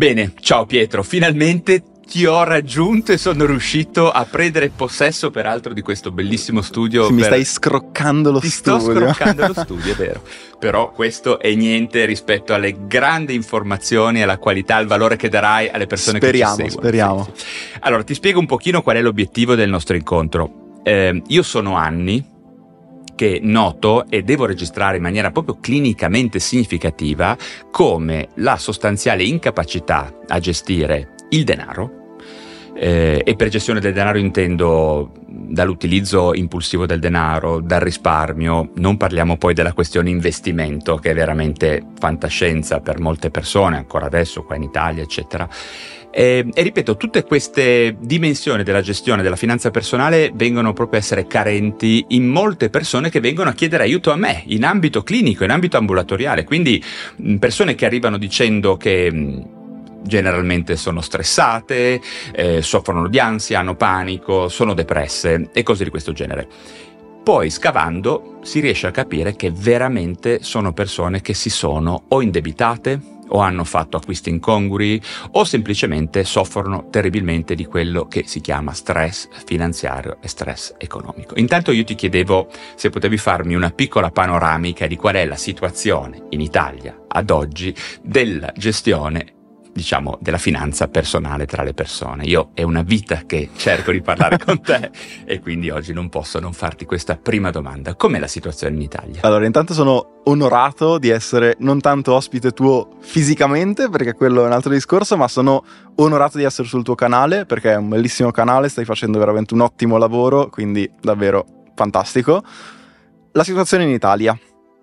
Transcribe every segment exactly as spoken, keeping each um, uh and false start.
Bene, ciao Pietro, finalmente ti ho raggiunto e sono riuscito a prendere possesso peraltro di questo bellissimo studio. Sì, mi per... stai scroccando lo ti studio. Ti sto scroccando lo studio, è vero. Però questo è niente rispetto alle grandi informazioni, alla qualità, al valore che darai alle persone speriamo, che ci seguono. Speriamo, sì, sì. Allora, ti spiego un pochino qual è l'obiettivo del nostro incontro. Eh, io sono anni che noto e devo registrare in maniera proprio clinicamente significativa come la sostanziale incapacità a gestire il denaro, eh, e per gestione del denaro intendo dall'utilizzo impulsivo del denaro, dal risparmio, non parliamo poi della questione investimento che è veramente fantascienza per molte persone, ancora adesso qua in Italia eccetera. E, e ripeto, tutte queste dimensioni della gestione della finanza personale vengono proprio a essere carenti in molte persone che vengono a chiedere aiuto a me in ambito clinico, in ambito ambulatoriale, quindi persone che arrivano dicendo che generalmente sono stressate, eh, soffrono di ansia, hanno panico, sono depresse e cose di questo genere. Poi scavando si riesce a capire che veramente sono persone che si sono o indebitate o hanno fatto acquisti incongrui o semplicemente soffrono terribilmente di quello che si chiama stress finanziario e stress economico. Intanto io ti chiedevo se potevi farmi una piccola panoramica di qual è la situazione in Italia ad oggi della gestione, diciamo, della finanza personale tra le persone. Io è una vita che cerco di parlare con te e quindi oggi non posso non farti questa prima domanda. Com'è la situazione in Italia? Allora, intanto sono onorato di essere non tanto ospite tuo fisicamente, perché quello è un altro discorso, ma sono onorato di essere sul tuo canale, perché è un bellissimo canale, stai facendo veramente un ottimo lavoro, quindi davvero fantastico. La situazione in Italia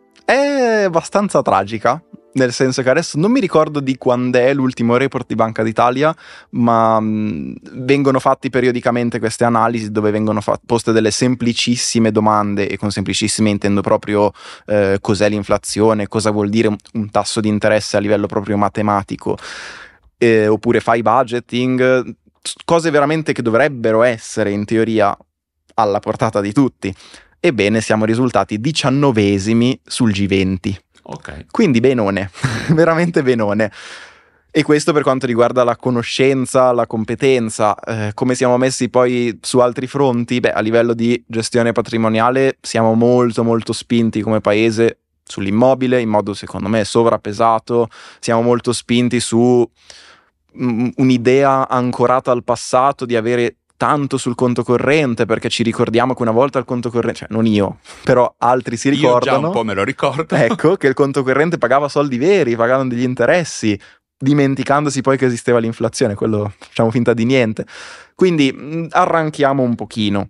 è abbastanza tragica, nel senso che adesso non mi ricordo di quando è l'ultimo report di Banca d'Italia, ma mh, vengono fatti periodicamente queste analisi dove vengono fat- poste delle semplicissime domande, e con semplicissime intendo proprio eh, cos'è l'inflazione, cosa vuol dire un, un tasso di interesse a livello proprio matematico, eh, oppure fai budgeting, cose veramente che dovrebbero essere in teoria alla portata di tutti. Ebbene, siamo risultati diciannovesimi sul G venti. Ok. Quindi benone, veramente benone. E questo per quanto riguarda la conoscenza, la competenza. Eh, come siamo messi poi su altri fronti? Beh, a livello di gestione patrimoniale siamo molto molto spinti come paese sull'immobile, in modo secondo me sovrappesato. Siamo molto spinti su mm, un'idea ancorata al passato di avere tanto sul conto corrente, perché ci ricordiamo che una volta il conto corrente, cioè non io, però altri si ricordano. Io già un po' me lo ricordo. Ecco, che il conto corrente pagava soldi veri, pagavano degli interessi, dimenticandosi poi che esisteva l'inflazione, quello facciamo finta di niente. Quindi mh, arranchiamo un pochino.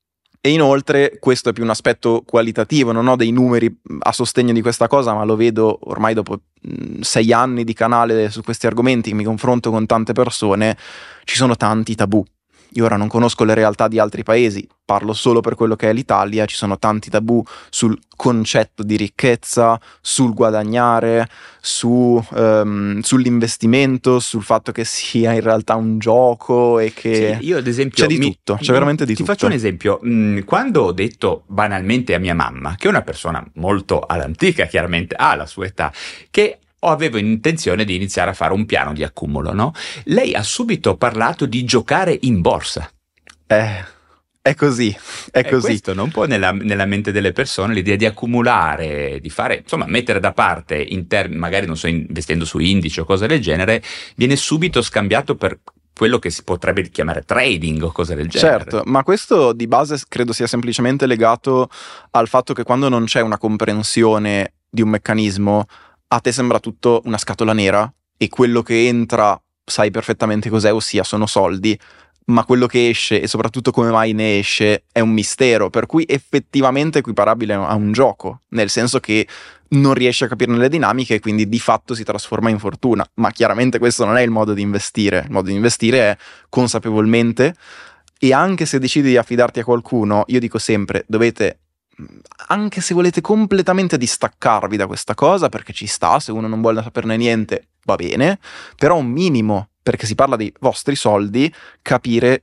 E inoltre questo è più un aspetto qualitativo, non ho dei numeri a sostegno di questa cosa, ma lo vedo ormai dopo mh, sei anni di canale su questi argomenti, mi confronto con tante persone, ci sono tanti tabù. Io ora non conosco le realtà di altri paesi, parlo solo per quello che è l'Italia, ci sono tanti tabù sul concetto di ricchezza, sul guadagnare, su, um, sull'investimento, sul fatto che sia in realtà un gioco e che sì, io ad esempio c'è di mi, tutto, c'è veramente di ti tutto. Ti faccio un esempio, quando ho detto banalmente a mia mamma, che è una persona molto all'antica, chiaramente ha la sua età, che o avevo intenzione di iniziare a fare un piano di accumulo, no? Lei ha subito parlato di giocare in borsa. Eh, è così, è e così. Questo non può nella, nella mente delle persone l'idea di accumulare, di fare, insomma, mettere da parte, in term- magari non so, investendo su indici o cose del genere, viene subito scambiato per quello che si potrebbe chiamare trading o cose del genere. Certo, ma questo di base credo sia semplicemente legato al fatto che quando non c'è una comprensione di un meccanismo, a te sembra tutto una scatola nera e quello che entra sai perfettamente cos'è, ossia sono soldi, ma quello che esce e soprattutto come mai ne esce è un mistero, per cui effettivamente è equiparabile a un gioco, nel senso che non riesci a capirne le dinamiche e quindi di fatto si trasforma in fortuna. Ma chiaramente questo non è il modo di investire. Il modo di investire è consapevolmente, e anche se decidi di affidarti a qualcuno, io dico sempre, dovete, anche se volete completamente distaccarvi da questa cosa, perché ci sta, se uno non vuole saperne niente va bene, però un minimo, perché si parla dei vostri soldi, capire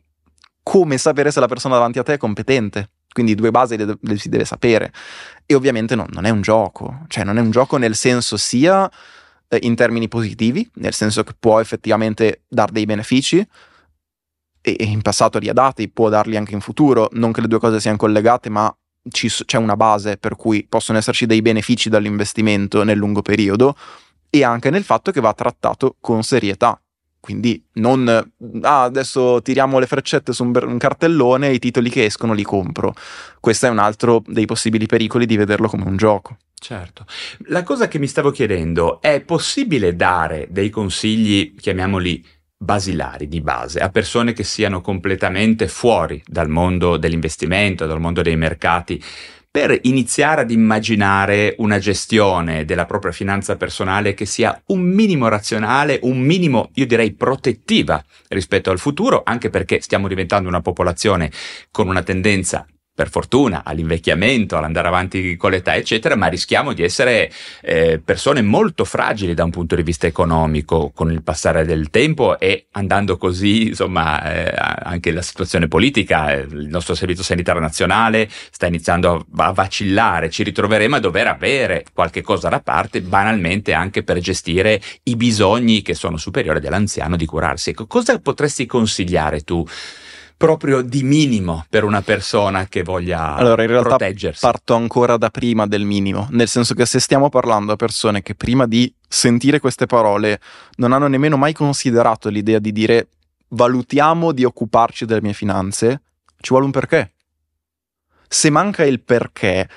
come sapere se la persona davanti a te è competente. Quindi due basi le, le si deve sapere. E ovviamente no, non è un gioco, cioè non è un gioco nel senso sia eh, in termini positivi, nel senso che può effettivamente dar dei benefici, e, e in passato li ha dati, può darli anche in futuro, non che le due cose siano collegate, ma ci, c'è una base per cui possono esserci dei benefici dall'investimento nel lungo periodo, e anche nel fatto che va trattato con serietà. Quindi non, ah, adesso tiriamo le freccette su un, un cartellone e i titoli che escono li compro. Questo è un altro dei possibili pericoli di vederlo come un gioco. Certo. La cosa che mi stavo chiedendo, è possibile dare dei consigli, chiamiamoli basilari, di base, a persone che siano completamente fuori dal mondo dell'investimento, dal mondo dei mercati, per iniziare ad immaginare una gestione della propria finanza personale che sia un minimo razionale, un minimo, io direi, protettiva rispetto al futuro, anche perché stiamo diventando una popolazione con una tendenza, per fortuna, all'invecchiamento, all'andare avanti con l'età, eccetera, ma rischiamo di essere eh, persone molto fragili da un punto di vista economico con il passare del tempo, e andando così, insomma, eh, anche la situazione politica, eh, il nostro servizio sanitario nazionale sta iniziando a, a vacillare, ci ritroveremo a dover avere qualche cosa da parte, banalmente anche per gestire i bisogni che sono superiori dell'anziano di curarsi. Ecco, cosa potresti consigliare tu? Proprio di minimo per una persona che voglia allora, in realtà proteggersi. Parto ancora da prima del minimo, nel senso che se stiamo parlando a persone che prima di sentire queste parole non hanno nemmeno mai considerato l'idea di dire valutiamo di occuparci delle mie finanze, ci vuole un perché. Se manca il perché,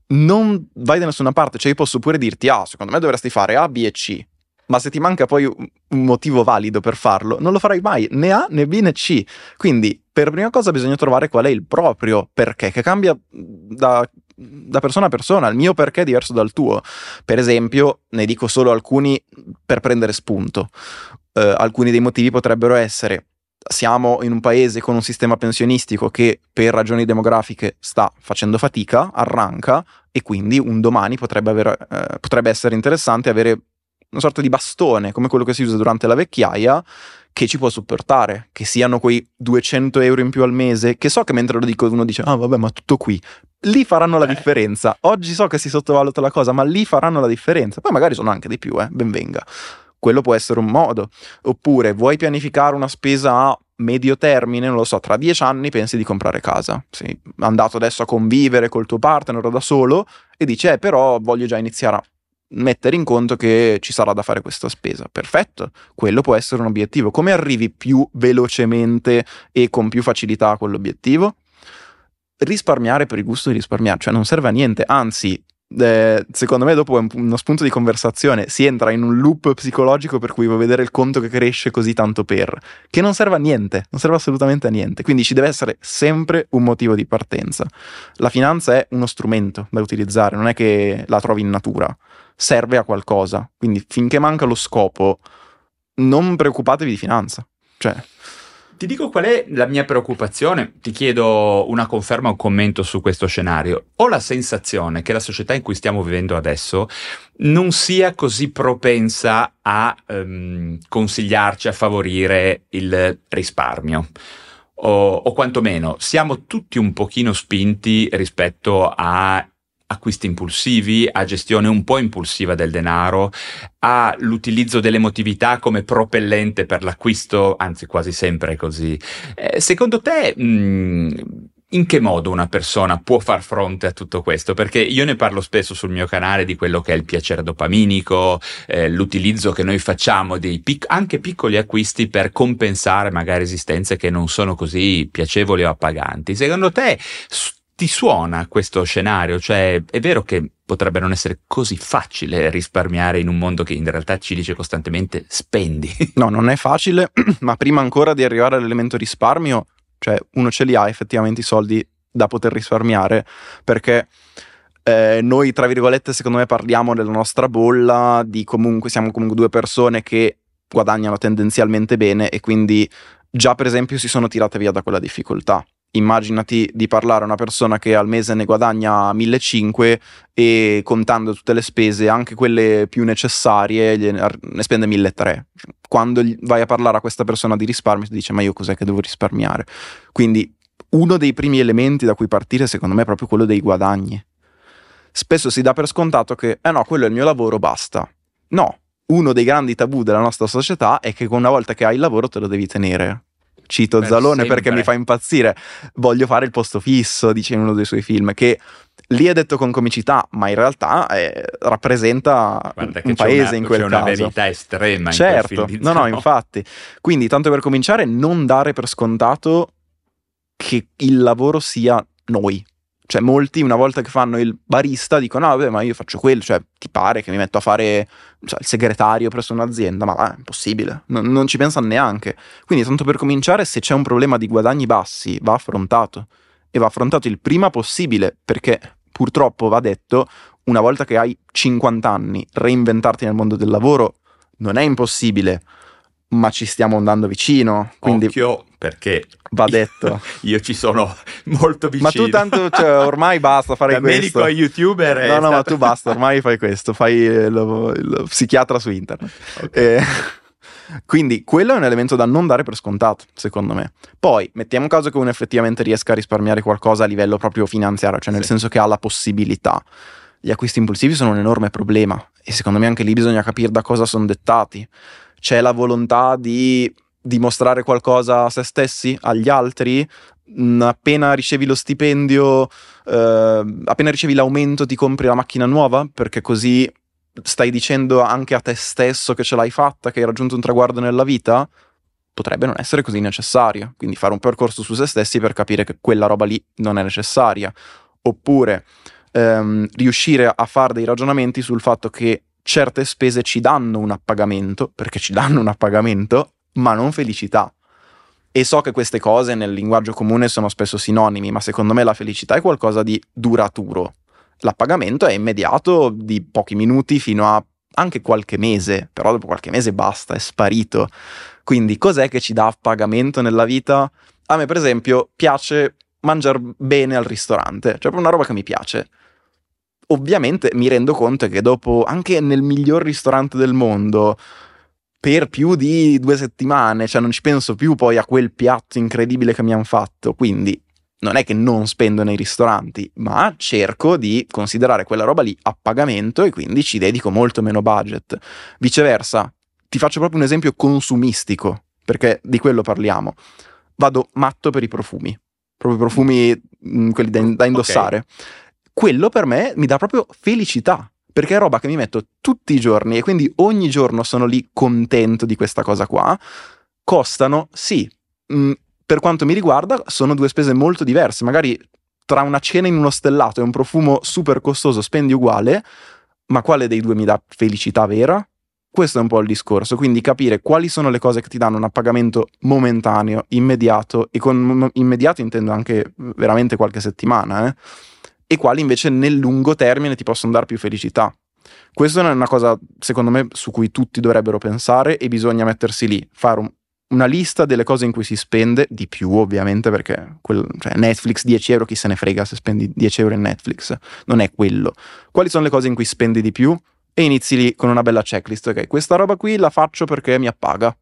non vai da nessuna parte. Cioè io posso pure dirti, ah, secondo me dovresti fare A, B e C, ma se ti manca poi un motivo valido per farlo, non lo farai mai, né A, né B, né C. Quindi, per prima cosa bisogna trovare qual è il proprio perché, che cambia da, da persona a persona. Il mio perché è diverso dal tuo. Per esempio, ne dico solo alcuni per prendere spunto. Uh, alcuni dei motivi potrebbero essere: siamo in un paese con un sistema pensionistico che per ragioni demografiche sta facendo fatica, arranca, e quindi un domani potrebbe, avere, uh, potrebbe essere interessante avere una sorta di bastone, come quello che si usa durante la vecchiaia, che ci può supportare, che siano quei duecento euro in più al mese, che so che mentre lo dico uno dice, ah vabbè, ma tutto qui. Lì faranno la differenza. Oggi so che si sottovaluta la cosa, ma lì faranno la differenza. Poi magari sono anche di più, eh, ben venga. Quello può essere un modo. Oppure, vuoi pianificare una spesa a medio termine, non lo so, tra dieci anni pensi di comprare casa. Sei andato adesso a convivere col tuo partner o da solo e dici, eh, però voglio già iniziare a mettere in conto che ci sarà da fare questa spesa. Perfetto, quello può essere un obiettivo. Come arrivi più velocemente e con più facilità a quell'obiettivo? Risparmiare per il gusto di risparmiare, cioè non serve a niente, anzi eh, secondo me dopo è uno spunto di conversazione, si entra in un loop psicologico per cui vuoi vedere il conto che cresce così tanto per, che non serve a niente, non serve assolutamente a niente. Quindi ci deve essere sempre un motivo di partenza. La finanza è uno strumento da utilizzare, non è che la trovi in natura, serve a qualcosa. Quindi finché manca lo scopo, non preoccupatevi di finanza. Cioè, ti dico qual è la mia preoccupazione, ti chiedo una conferma o un commento su questo scenario. Ho la sensazione che la società in cui stiamo vivendo adesso non sia così propensa a um, consigliarci, a favorire il risparmio. O, o quantomeno siamo tutti un pochino spinti rispetto a acquisti impulsivi, a gestione un po' impulsiva del denaro, all'utilizzo dell'emotività come propellente per l'acquisto, anzi quasi sempre è così. Eh, secondo te mh, in che modo una persona può far fronte a tutto questo? Perché io ne parlo spesso sul mio canale di quello che è il piacere dopaminico, eh, l'utilizzo che noi facciamo di pic- anche piccoli acquisti per compensare magari esistenze che non sono così piacevoli o appaganti. Secondo te ti suona questo scenario? Cioè, è vero che potrebbe non essere così facile risparmiare in un mondo che in realtà ci dice costantemente spendi? No, non è facile, ma prima ancora di arrivare all'elemento risparmio, cioè uno ce li ha effettivamente i soldi da poter risparmiare, perché eh, noi, tra virgolette, secondo me parliamo della nostra bolla, di comunque siamo comunque due persone che guadagnano tendenzialmente bene e quindi già per esempio si sono tirate via da quella difficoltà. Immaginati di parlare a una persona che al mese ne guadagna millecinquecento e contando tutte le spese, anche quelle più necessarie, ne spende milletrecento. Quando vai a parlare a questa persona di risparmio ti dice, ma io cos'è che devo risparmiare? Quindi uno dei primi elementi da cui partire secondo me è proprio quello dei guadagni. Spesso si dà per scontato che, eh no, quello è il mio lavoro, basta. No, uno dei grandi tabù della nostra società è che una volta che hai il lavoro te lo devi tenere. Cito Per Zalone sempre. perché mi fa impazzire. Voglio fare il posto fisso, dice in uno dei suoi film, che lì è detto con comicità, ma in realtà eh, rappresenta Guarda che un c'è paese una, in quel c'è caso. una verità estrema in certo, quel film di no, no, Zalone. infatti. Quindi, tanto per cominciare, non dare per scontato che il lavoro sia noi. Cioè, molti una volta che fanno il barista dicono: no, vabbè, ma io faccio quello, cioè, ti pare che mi metto a fare cioè, il segretario presso un'azienda? Ma è impossibile, non, non ci pensano neanche. Quindi, tanto per cominciare, se c'è un problema di guadagni bassi, va affrontato. E va affrontato il prima possibile, perché purtroppo va detto, una volta che hai cinquanta anni, reinventarti nel mondo del lavoro non è impossibile, ma ci stiamo andando vicino. Quindi occhio, perché va detto. Io ci sono molto vicino. Ma tu tanto, cioè, ormai basta fare da questo. medico a youtuber è No, no, stato... ma tu basta, ormai fai questo, fai il, il psichiatra su internet. Okay. Eh, quindi quello è un elemento da non dare per scontato, secondo me. Poi, mettiamo caso che uno effettivamente riesca a risparmiare qualcosa a livello proprio finanziario, cioè nel Sì. senso che ha la possibilità. Gli acquisti impulsivi sono un enorme problema e secondo me anche lì bisogna capire da cosa sono dettati. C'è la volontà di dimostrare qualcosa a se stessi, agli altri. Appena ricevi lo stipendio, eh, appena ricevi l'aumento ti compri la macchina nuova, perché così stai dicendo anche a te stesso che ce l'hai fatta, che hai raggiunto un traguardo nella vita. Potrebbe non essere così necessario, quindi fare un percorso su se stessi per capire che quella roba lì non è necessaria. Oppure ehm, riuscire a fare dei ragionamenti sul fatto che certe spese ci danno un appagamento, perché ci danno un appagamento, ma non felicità. E so che queste cose nel linguaggio comune sono spesso sinonimi, ma secondo me la felicità è qualcosa di duraturo. L'appagamento è immediato, di pochi minuti fino a anche qualche mese, però dopo qualche mese basta, è sparito. Quindi cos'è che ci dà appagamento nella vita? A me per esempio piace mangiare bene al ristorante, cioè proprio una roba che mi piace. Ovviamente mi rendo conto che dopo, anche nel miglior ristorante del mondo, per più di due settimane, cioè non ci penso più poi a quel piatto incredibile che mi hanno fatto, quindi non è che non spendo nei ristoranti, ma cerco di considerare quella roba lì a pagamento e quindi ci dedico molto meno budget. Viceversa, ti faccio proprio un esempio consumistico, perché di quello parliamo. Vado matto per i profumi, proprio i profumi mh, quelli da, da indossare. Okay. Quello per me mi dà proprio felicità, perché è roba che mi metto tutti i giorni e quindi ogni giorno sono lì contento di questa cosa qua. Costano, sì, mh, per quanto mi riguarda sono due spese molto diverse. Magari tra una cena in uno stellato e un profumo super costoso spendi uguale, ma quale dei due mi dà felicità vera? Questo è un po' il discorso, quindi capire quali sono le cose che ti danno un appagamento momentaneo, immediato, e con immediato intendo anche veramente qualche settimana, eh? E quali invece nel lungo termine ti possono dare più felicità. Questa è una cosa, secondo me, su cui tutti dovrebbero pensare e bisogna mettersi lì, fare un, una lista delle cose in cui si spende, di più ovviamente, perché quel, cioè Netflix dieci euro, chi se ne frega se spendi dieci euro in Netflix, non è quello. Quali sono le cose in cui spendi di più? E inizi lì con una bella checklist, ok, questa roba qui la faccio perché mi appaga.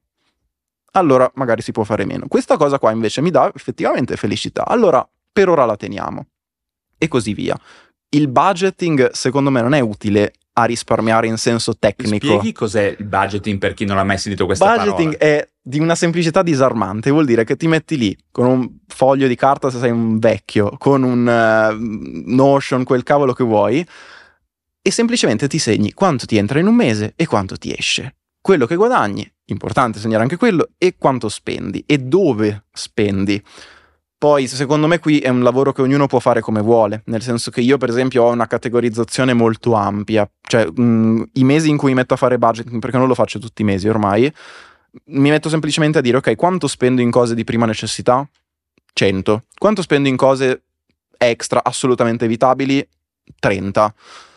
Allora magari si può fare meno. Questa cosa qua invece mi dà effettivamente felicità, allora per ora la teniamo. E così via. Il budgeting secondo me non è utile a risparmiare in senso tecnico. Spieghi cos'è il budgeting per chi non ha mai sentito questa parola? Budgeting è di una semplicità disarmante, vuol dire che ti metti lì con un foglio di carta se sei un vecchio, con un uh, Notion, quel cavolo che vuoi, e semplicemente ti segni quanto ti entra in un mese e quanto ti esce. Quello che guadagni, importante segnare anche quello, e quanto spendi e dove spendi. Poi secondo me qui è un lavoro che ognuno può fare come vuole, nel senso che io per esempio ho una categorizzazione molto ampia, cioè mh, i mesi in cui mi metto a fare budgeting, perché non lo faccio tutti i mesi ormai, mi metto semplicemente a dire ok, quanto spendo in cose di prima necessità? cento. Quanto spendo in cose extra assolutamente evitabili? trenta.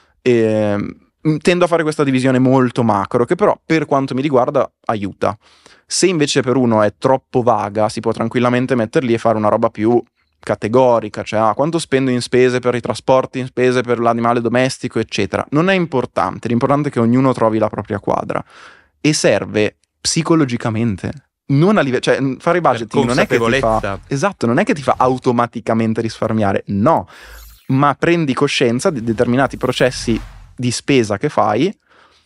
E, tendo a fare questa divisione molto macro, che però per quanto mi riguarda aiuta. Se invece per uno è troppo vaga, si può tranquillamente metter lì e fare una roba più categorica, cioè ah, quanto spendo in spese per i trasporti, in spese per l'animale domestico, eccetera. Non è importante, l'importante è che ognuno trovi la propria quadra e serve psicologicamente. Non a livello, cioè fare budgeting non è che ti fa, esatto, non è che ti fa automaticamente risparmiare, no, ma prendi coscienza di determinati processi di spesa che fai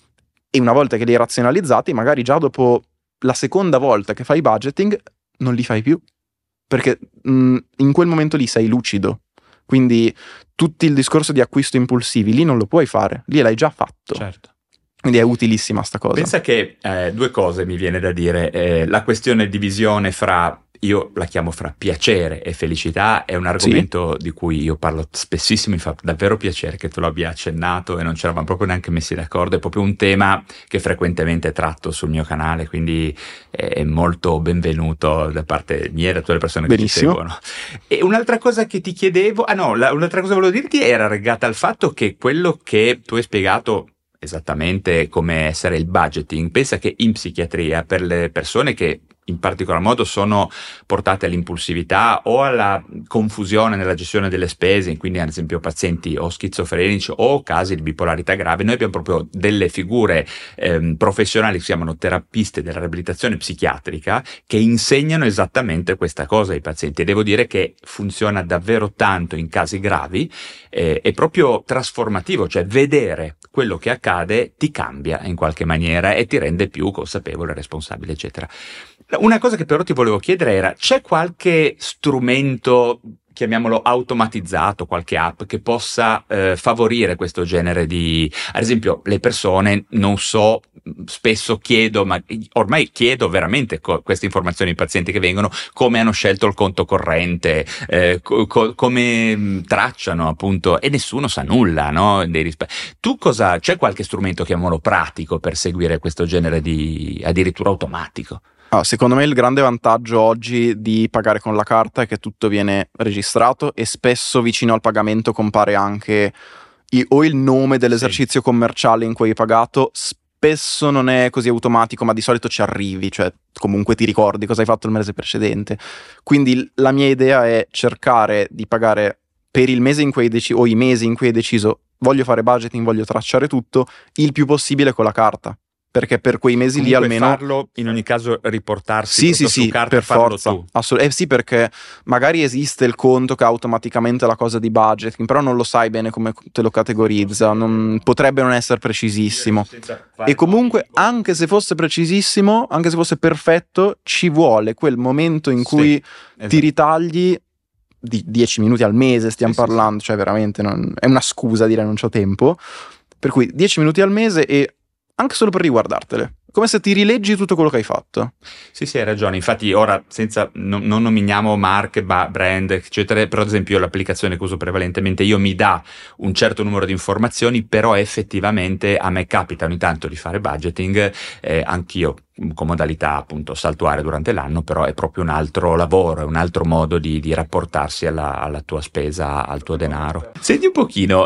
e una volta che li hai razionalizzati, magari già dopo la seconda volta che fai budgeting non li fai più, perché mh, in quel momento lì sei lucido. Quindi tutto il discorso di acquisto impulsivi lì non lo puoi fare, lì l'hai già fatto. Certo. Quindi è utilissima sta cosa. Pensa che eh, due cose mi viene da dire. Eh, la questione divisione fra, io la chiamo fra piacere e felicità, è un argomento sì. di cui io parlo spessissimo, mi fa davvero piacere che tu lo abbia accennato e non ci eravamo proprio neanche messi d'accordo, è proprio un tema che frequentemente tratto sul mio canale, quindi è molto benvenuto da parte mia e da tutte le persone che Benissimo. ci seguono. E un'altra cosa che ti chiedevo, ah no, la, un'altra cosa che volevo dirti era legata al fatto che quello che tu hai spiegato esattamente come essere il budgeting, pensa che in psichiatria per le persone che in particolar modo sono portate all'impulsività o alla confusione nella gestione delle spese, quindi ad esempio pazienti o schizofrenici o casi di bipolarità grave, noi abbiamo proprio delle figure ehm, professionali che si chiamano terapiste della riabilitazione psichiatrica che insegnano esattamente questa cosa ai pazienti, e devo dire che funziona davvero tanto in casi gravi, eh, è proprio trasformativo, cioè vedere quello che accade ti cambia in qualche maniera e ti rende più consapevole, responsabile, eccetera. Una cosa che però ti volevo chiedere era, c'è qualche strumento, chiamiamolo automatizzato, qualche app che possa eh, favorire questo genere di, ad esempio le persone, non so, spesso chiedo, ma ormai chiedo veramente co- queste informazioni ai pazienti che vengono, come hanno scelto il conto corrente, eh, co- co- come tracciano appunto, e nessuno sa nulla, no? Dei rispe- tu cosa, c'è qualche strumento, chiamiamolo pratico, per seguire questo genere di, addirittura automatico? Ah, secondo me il grande vantaggio oggi di pagare con la carta è che tutto viene registrato e spesso vicino al pagamento compare anche i, o il nome dell'esercizio sì. commerciale in cui hai pagato. Spesso non è così automatico, ma di solito ci arrivi, cioè comunque ti ricordi cosa hai fatto il mese precedente. Quindi la mia idea è cercare di pagare per il mese in cui hai deciso, o i mesi in cui hai deciso voglio fare budgeting, voglio tracciare tutto, il più possibile con la carta. Perché per quei mesi comunque lì almeno farlo, in ogni caso riportarsi sì sì su sì carta, per farlo forza tu. Assolut- eh sì, perché magari esiste il conto che ha automaticamente la cosa di budgeting, però non lo sai bene come te lo categorizza, non, potrebbe non essere precisissimo, e comunque anche se fosse precisissimo, anche se fosse perfetto, ci vuole quel momento in cui sì, esatto. ti ritagli di dieci minuti al mese, stiamo sì, parlando, sì, sì. Cioè veramente non, è una scusa dire non c'ho tempo, per cui dieci minuti al mese e anche solo per riguardartele, come se ti rileggi tutto quello che hai fatto. Sì, sì, hai ragione. Infatti ora, senza non, non nominiamo marche, brand, eccetera, però ad esempio l'applicazione che uso prevalentemente io mi dà un certo numero di informazioni, però effettivamente a me capita ogni tanto di fare budgeting, eh, anch'io con modalità appunto saltuare durante l'anno, però è proprio un altro lavoro, è un altro modo di, di rapportarsi alla, alla tua spesa, al tuo denaro. Senti un pochino,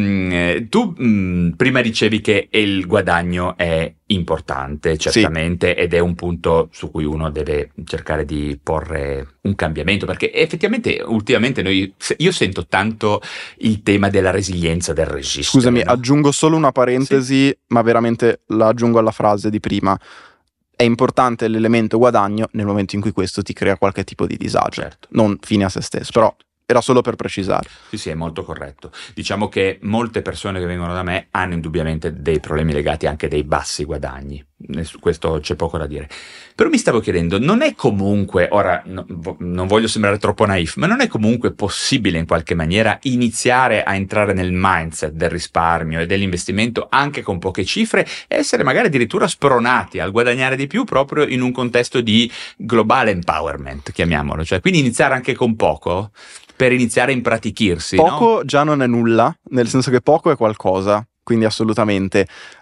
um, tu um, prima dicevi che il guadagno è importante, certamente, sì. Ed è un punto su cui uno deve cercare di porre un cambiamento, perché effettivamente ultimamente noi, io sento tanto il tema della resilienza, del resistere. Scusami, no? aggiungo solo una parentesi, sì. ma veramente la aggiungo alla frase di prima. È importante l'elemento guadagno nel momento in cui questo ti crea qualche tipo di disagio, certo. non fine a se stesso, certo. Però era solo per precisare. Sì, sì, è molto corretto. Diciamo che molte persone che vengono da me hanno indubbiamente dei problemi legati anche dei bassi guadagni, su questo c'è poco da dire. Però mi stavo chiedendo, non è comunque, ora no, non voglio sembrare troppo naif, ma non è comunque possibile in qualche maniera iniziare a entrare nel mindset del risparmio e dell'investimento anche con poche cifre e essere magari addirittura spronati al guadagnare di più proprio in un contesto di global empowerment, chiamiamolo, cioè quindi iniziare anche con poco? Per iniziare a impratichirsi, poco no? Già non è nulla, nel senso che poco è qualcosa, quindi assolutamente.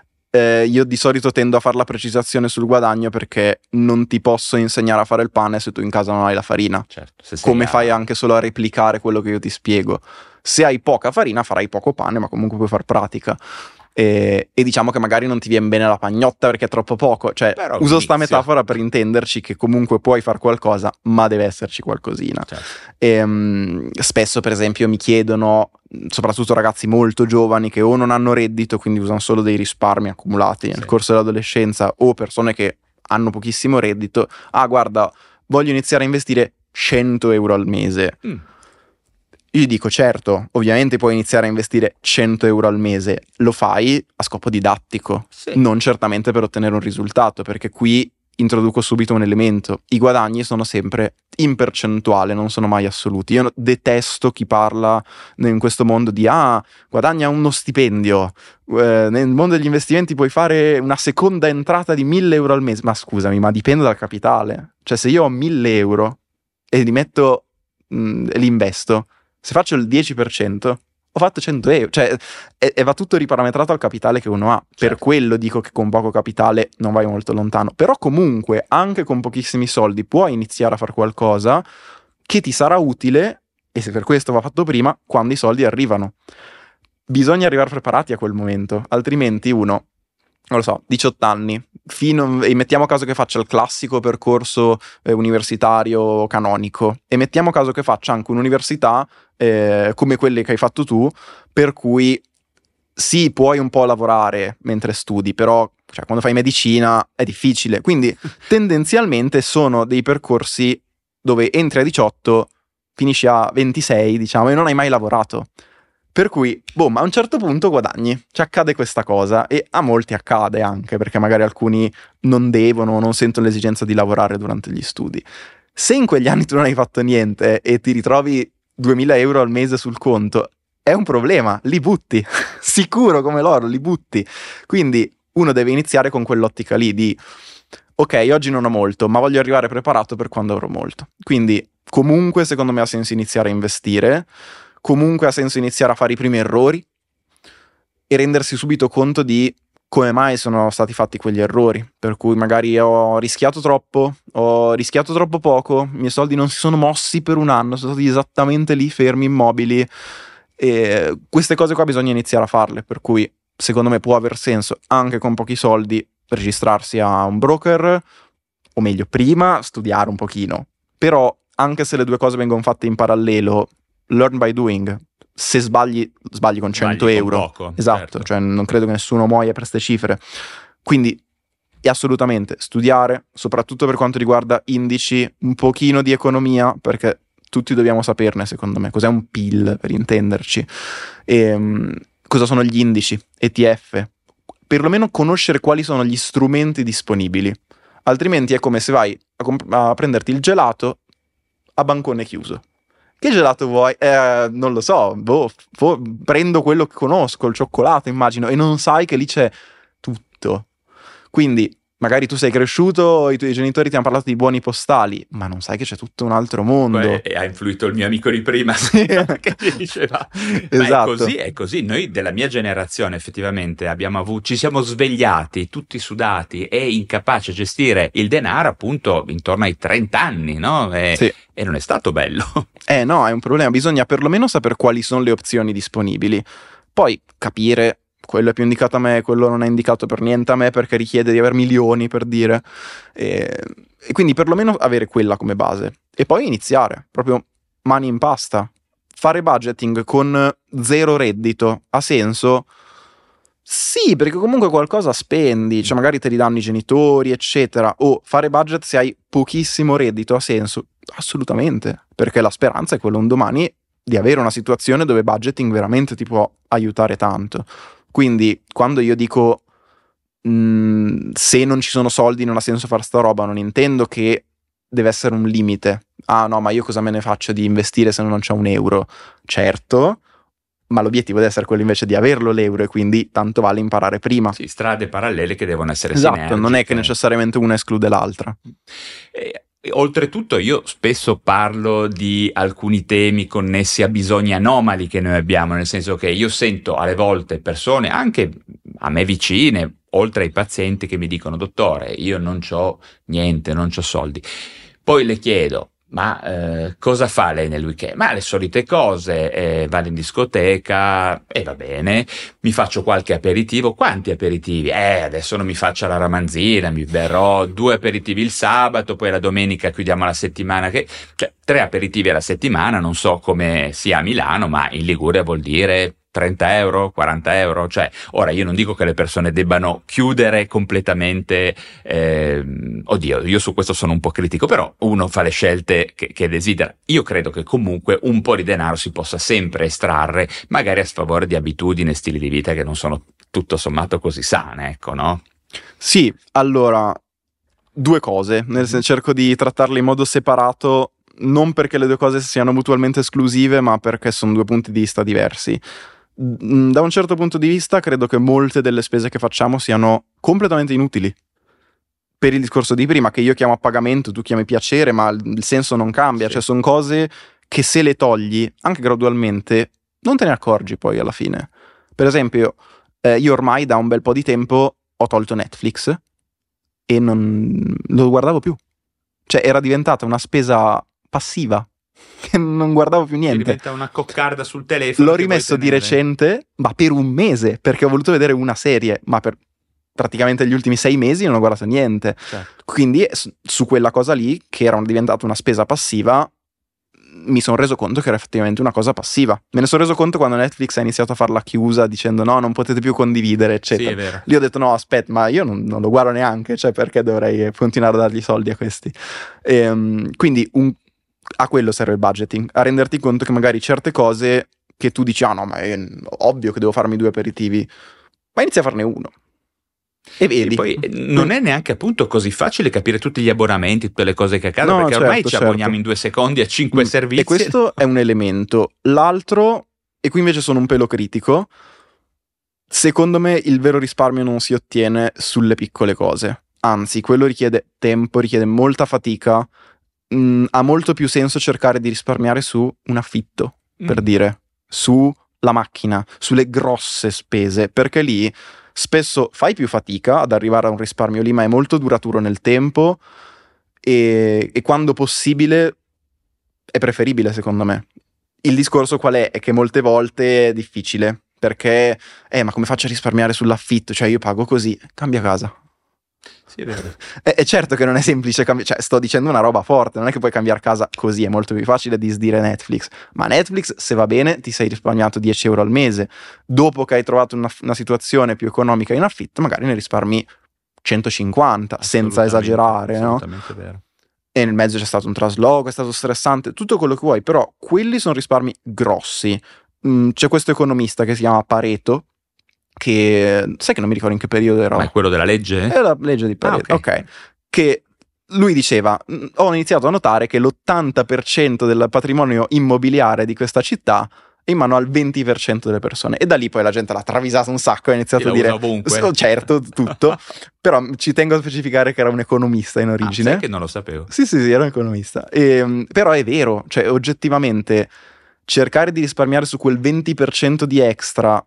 Eh, io di solito tendo a fare la precisazione sul guadagno perché non ti posso insegnare a fare il pane se tu in casa non hai la farina. Certo, se come a... fai anche solo a replicare quello che io ti spiego. Se hai poca farina farai poco pane, ma comunque puoi far pratica. E, e diciamo che magari non ti viene bene la pagnotta perché è troppo poco, cioè però uso sta metafora per intenderci che comunque puoi far qualcosa ma deve esserci qualcosina, certo. E, um, spesso per esempio mi chiedono, soprattutto ragazzi molto giovani che o non hanno reddito, quindi usano solo dei risparmi accumulati nel sì. corso dell'adolescenza, o persone che hanno pochissimo reddito, ah guarda voglio iniziare a investire cento euro al mese. mm. Io gli dico, certo, ovviamente puoi iniziare a investire cento euro al mese, lo fai a scopo didattico, Sì. non certamente per ottenere un risultato, perché qui introduco subito un elemento: i guadagni sono sempre in percentuale, non sono mai assoluti. Io detesto chi parla in questo mondo di ah, guadagna uno stipendio, eh, nel mondo degli investimenti puoi fare una seconda entrata di mille euro al mese. Ma scusami, ma dipende dal capitale. Cioè, se io ho mille euro e li metto mh, e li investo, se faccio il dieci per cento ho fatto cento euro, cioè e, e va tutto riparametrato al capitale che uno ha. Certo. Per quello dico che con poco capitale non vai molto lontano, però comunque anche con pochissimi soldi puoi iniziare a fare qualcosa che ti sarà utile, e se per questo va fatto prima, quando i soldi arrivano. Bisogna arrivare preparati a quel momento, altrimenti uno, non lo so, diciotto anni, fino, e mettiamo caso che faccia il classico percorso eh, universitario canonico, e mettiamo caso che faccia anche un'università eh, come quelle che hai fatto tu, per cui sì, puoi un po' lavorare mentre studi, però cioè, quando fai medicina è difficile, quindi tendenzialmente sono dei percorsi dove entri a diciotto, finisci a ventisei, diciamo, e non hai mai lavorato. Per cui, boh, ma a un certo punto guadagni, ci accade questa cosa, e a molti accade anche, perché magari alcuni non devono, non sentono l'esigenza di lavorare durante gli studi. Se in quegli anni tu non hai fatto niente e ti ritrovi duemila euro al mese sul conto, è un problema, li butti, sicuro come l'oro, li butti. Quindi uno deve iniziare con quell'ottica lì di, ok, oggi non ho molto, ma voglio arrivare preparato per quando avrò molto. Quindi comunque secondo me ha senso iniziare a investire, comunque ha senso iniziare a fare i primi errori e rendersi subito conto di come mai sono stati fatti quegli errori, per cui magari ho rischiato troppo, ho rischiato troppo poco, i miei soldi non si sono mossi per un anno, sono stati esattamente lì fermi, immobili, e queste cose qua bisogna iniziare a farle, per cui secondo me può aver senso anche con pochi soldi registrarsi a un broker, o meglio prima studiare un pochino, però anche se le due cose vengono fatte in parallelo, learn by doing. Se sbagli, sbagli con cento Sbagli con euro. poco, esatto, certo. Cioè non credo che nessuno muoia per queste cifre. Quindi è assolutamente studiare, soprattutto per quanto riguarda indici, un pochino di economia, perché tutti dobbiamo saperne, secondo me, cos'è un P I L, per intenderci, e, um, cosa sono gli indici, E T F, perlomeno conoscere quali sono gli strumenti disponibili. Altrimenti è come se vai a, comp- a prenderti il gelato a bancone chiuso. Che gelato vuoi? Eh, non lo so, boh, fo- prendo quello che conosco, il cioccolato immagino, e non sai che lì c'è tutto. Quindi magari tu sei cresciuto, i tuoi genitori ti hanno parlato di buoni postali, ma non sai che c'è tutto un altro mondo. E, e ha influito il mio amico di prima che ci diceva. Esatto. Ma è così, è così. Noi della mia generazione effettivamente abbiamo avuto, ci siamo svegliati tutti sudati e incapaci a gestire il denaro appunto intorno ai trenta anni, no? E, sì. e non è stato bello. Eh no, è un problema, bisogna perlomeno sapere quali sono le opzioni disponibili, poi capire quello è più indicato a me, quello non è indicato per niente a me perché richiede di aver milioni, per dire, e, e quindi perlomeno avere quella come base e poi iniziare, proprio mani in pasta. Fare budgeting con zero reddito ha senso? Sì, perché comunque qualcosa spendi, cioè magari te li danno i genitori, eccetera. O fare budget se hai pochissimo reddito ha senso? Assolutamente, perché la speranza è quella un domani di avere una situazione dove budgeting veramente ti può aiutare tanto. Quindi quando io dico mh, se non ci sono soldi non ha senso fare sta roba, non intendo che deve essere un limite. Ah no, ma io cosa me ne faccio di investire se non c'è un euro? Certo, ma l'obiettivo deve essere quello invece di averlo l'euro, e quindi tanto vale imparare prima. Sì, strade parallele che devono essere esatto, sinergiche. Non è che necessariamente una esclude l'altra. E, e oltretutto io spesso parlo di alcuni temi connessi a bisogni anomali che noi abbiamo, nel senso che io sento alle volte persone, anche a me vicine, oltre ai pazienti, che mi dicono: dottore, io non c'ho niente, non c'ho soldi. Poi le chiedo: ma eh, cosa fa lei nel weekend? Ma le solite cose, eh, vado in discoteca e eh, va bene, mi faccio qualche aperitivo. Quanti aperitivi? Eh, adesso non mi faccio la ramanzina, mi berrò due aperitivi il sabato, poi la domenica chiudiamo la settimana, che cioè tre aperitivi alla settimana, non so come sia a Milano, ma in Liguria vuol dire trenta euro, quaranta euro, cioè ora io non dico che le persone debbano chiudere completamente, eh, oddio, io su questo sono un po' critico, però uno fa le scelte che, che desidera. Io credo che comunque un po' di denaro si possa sempre estrarre, magari a sfavore di abitudini e stili di vita che non sono tutto sommato così sane, ecco, no? Sì, allora, due cose, nel senso cerco di trattarle in modo separato, non perché le due cose siano mutualmente esclusive, ma perché sono due punti di vista diversi. Da un certo punto di vista credo che molte delle spese che facciamo siano completamente inutili, per il discorso di prima, che io chiamo a pagamento, tu chiami piacere, ma il senso non cambia, sì. Cioè sono cose che se le togli, anche gradualmente, non te ne accorgi poi alla fine. Per esempio, eh, io ormai da un bel po' di tempo ho tolto Netflix e non lo guardavo più, cioè era diventata una spesa passiva che non guardavo più niente. Diventa una coccarda sul telefono. L'ho rimesso di recente, ma per un mese, perché ho voluto vedere una serie, ma per praticamente gli ultimi sei mesi non ho guardato niente. Certo. Quindi su quella cosa lì, che era diventata una spesa passiva, mi sono reso conto che era effettivamente una cosa passiva. Me ne sono reso conto quando Netflix ha iniziato a far la chiusa dicendo no, non potete più condividere, eccetera. Sì, è vero. Lì ho detto no, aspetta, ma io non, non lo guardo neanche, cioè perché dovrei continuare a dargli soldi a questi? E, quindi un, a quello serve il budgeting, a renderti conto che magari certe cose che tu dici ah no, ma è ovvio che devo farmi due aperitivi, ma inizia a farne uno. E vedi. E poi non è neanche appunto così facile capire tutti gli abbonamenti, tutte le cose che accadono, no, perché certo, ormai ci certo. abboniamo in due secondi a cinque mm. servizi. E questo è un elemento. L'altro, e qui invece sono un pelo critico, secondo me il vero risparmio non si ottiene sulle piccole cose. Anzi, quello richiede tempo, richiede molta fatica. Mm, ha molto più senso cercare di risparmiare su un affitto, mm. per dire, su la macchina, sulle grosse spese, perché lì spesso fai più fatica ad arrivare a un risparmio lì, ma è molto duraturo nel tempo e, e quando possibile è preferibile, secondo me. Il discorso qual è? È che molte volte è difficile, perché eh ma come faccio a risparmiare sull'affitto? Cioè io pago così, cambia casa. Sì, è vero. È, è certo che non è semplice cambiare, cioè sto dicendo una roba forte, non è che puoi cambiare casa così, è molto più facile disdire Netflix, ma Netflix se va bene ti sei risparmiato dieci euro al mese, dopo che hai trovato una, una situazione più economica in affitto magari ne risparmi centocinquanta senza esagerare, assolutamente no? Vero. E nel mezzo c'è stato un trasloco, è stato stressante, tutto quello che vuoi, però quelli sono risparmi grossi. Mm, c'è questo economista che si chiama Pareto, che sai che non mi ricordo in che periodo era. Ma è quello della legge? È la legge di Pareto, ah, okay. ok. Che lui diceva, ho iniziato a notare che l'ottanta per cento del patrimonio immobiliare di questa città è in mano al venti per cento delle persone, e da lì poi la gente l'ha travisato un sacco e ha iniziato a dire ovunque. Certo, tutto. Però ci tengo a specificare che era un economista in origine. Ah, sai che non lo sapevo. Sì sì sì, era un economista, e, però è vero, cioè oggettivamente cercare di risparmiare su quel venti per cento di extra,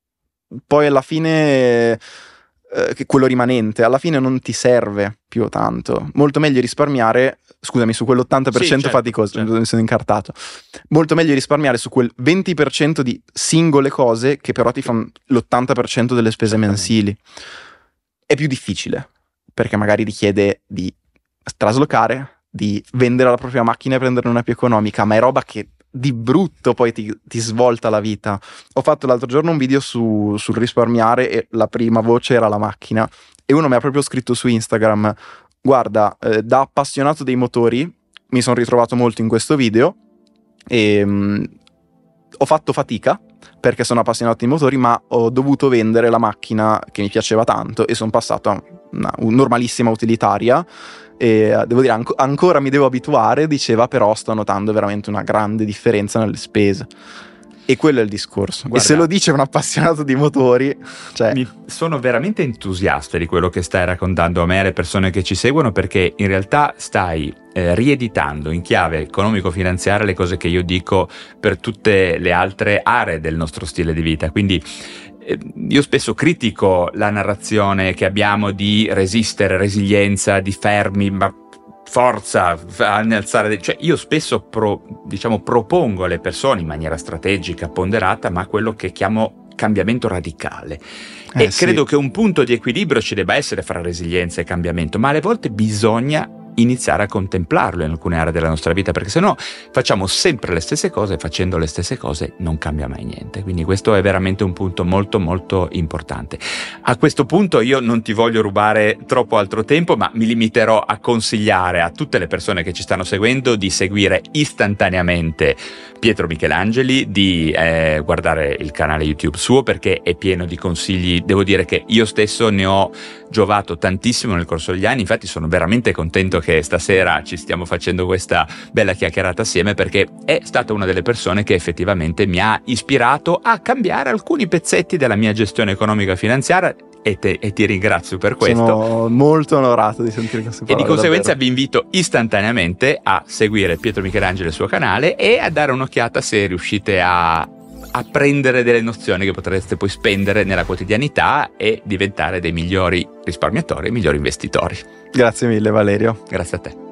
poi alla fine eh, che quello rimanente alla fine non ti serve più tanto. Molto meglio risparmiare, scusami, su quell'ottanta per cento sì, certo, faticoso, certo. Mi sono incartato. Molto meglio risparmiare su quel venti per cento di singole cose che però ti fanno l'ottanta per cento delle spese mensili. È più difficile perché magari richiede di traslocare, di vendere la propria macchina e prenderne una più economica, ma è roba che di brutto poi ti, ti svolta la vita. Ho fatto l'altro giorno un video su, sul risparmiare e la prima voce era la macchina, e uno mi ha proprio scritto su Instagram: guarda, eh, da appassionato dei motori mi sono ritrovato molto in questo video e mh, ho fatto fatica perché sono appassionato di motori, ma ho dovuto vendere la macchina che mi piaceva tanto e sono passato a una, una normalissima utilitaria. E devo dire anco, ancora mi devo abituare, diceva, però sto notando veramente una grande differenza nelle spese, e quello è il discorso. Guarda, e se lo dice un appassionato di motori, cioè... Mi sono veramente entusiasta di quello che stai raccontando a me e alle persone che ci seguono, perché in realtà stai eh, rieditando in chiave economico-finanziaria le cose che io dico per tutte le altre aree del nostro stile di vita. Quindi io spesso critico la narrazione che abbiamo di resistere, resilienza, di fermi, ma forza, alzare, cioè io spesso pro, diciamo propongo alle persone in maniera strategica, ponderata, ma quello che chiamo cambiamento radicale. Eh, e sì. Credo che un punto di equilibrio ci debba essere fra resilienza e cambiamento, ma alle volte bisogna iniziare a contemplarlo in alcune aree della nostra vita, perché sennò facciamo sempre le stesse cose e facendo le stesse cose non cambia mai niente. Quindi questo è veramente un punto molto molto importante. A questo punto io non ti voglio rubare troppo altro tempo, ma mi limiterò a consigliare a tutte le persone che ci stanno seguendo di seguire istantaneamente Pietro Michelangeli, di eh, guardare il canale YouTube suo, perché è pieno di consigli. Devo dire che io stesso ne ho giovato tantissimo nel corso degli anni, infatti sono veramente contento che stasera ci stiamo facendo questa bella chiacchierata assieme, perché è stata una delle persone che effettivamente mi ha ispirato a cambiare alcuni pezzetti della mia gestione economica finanziaria, e, te, e ti ringrazio per questo. Sono molto onorato di sentire queste parole. E di conseguenza davvero. vi invito istantaneamente a seguire Pietro Michelangeli, il suo canale, e a dare un'occhiata se riuscite a a prendere delle nozioni che potreste poi spendere nella quotidianità e diventare dei migliori risparmiatori e migliori investitori. Grazie mille, Valerio. Grazie a te.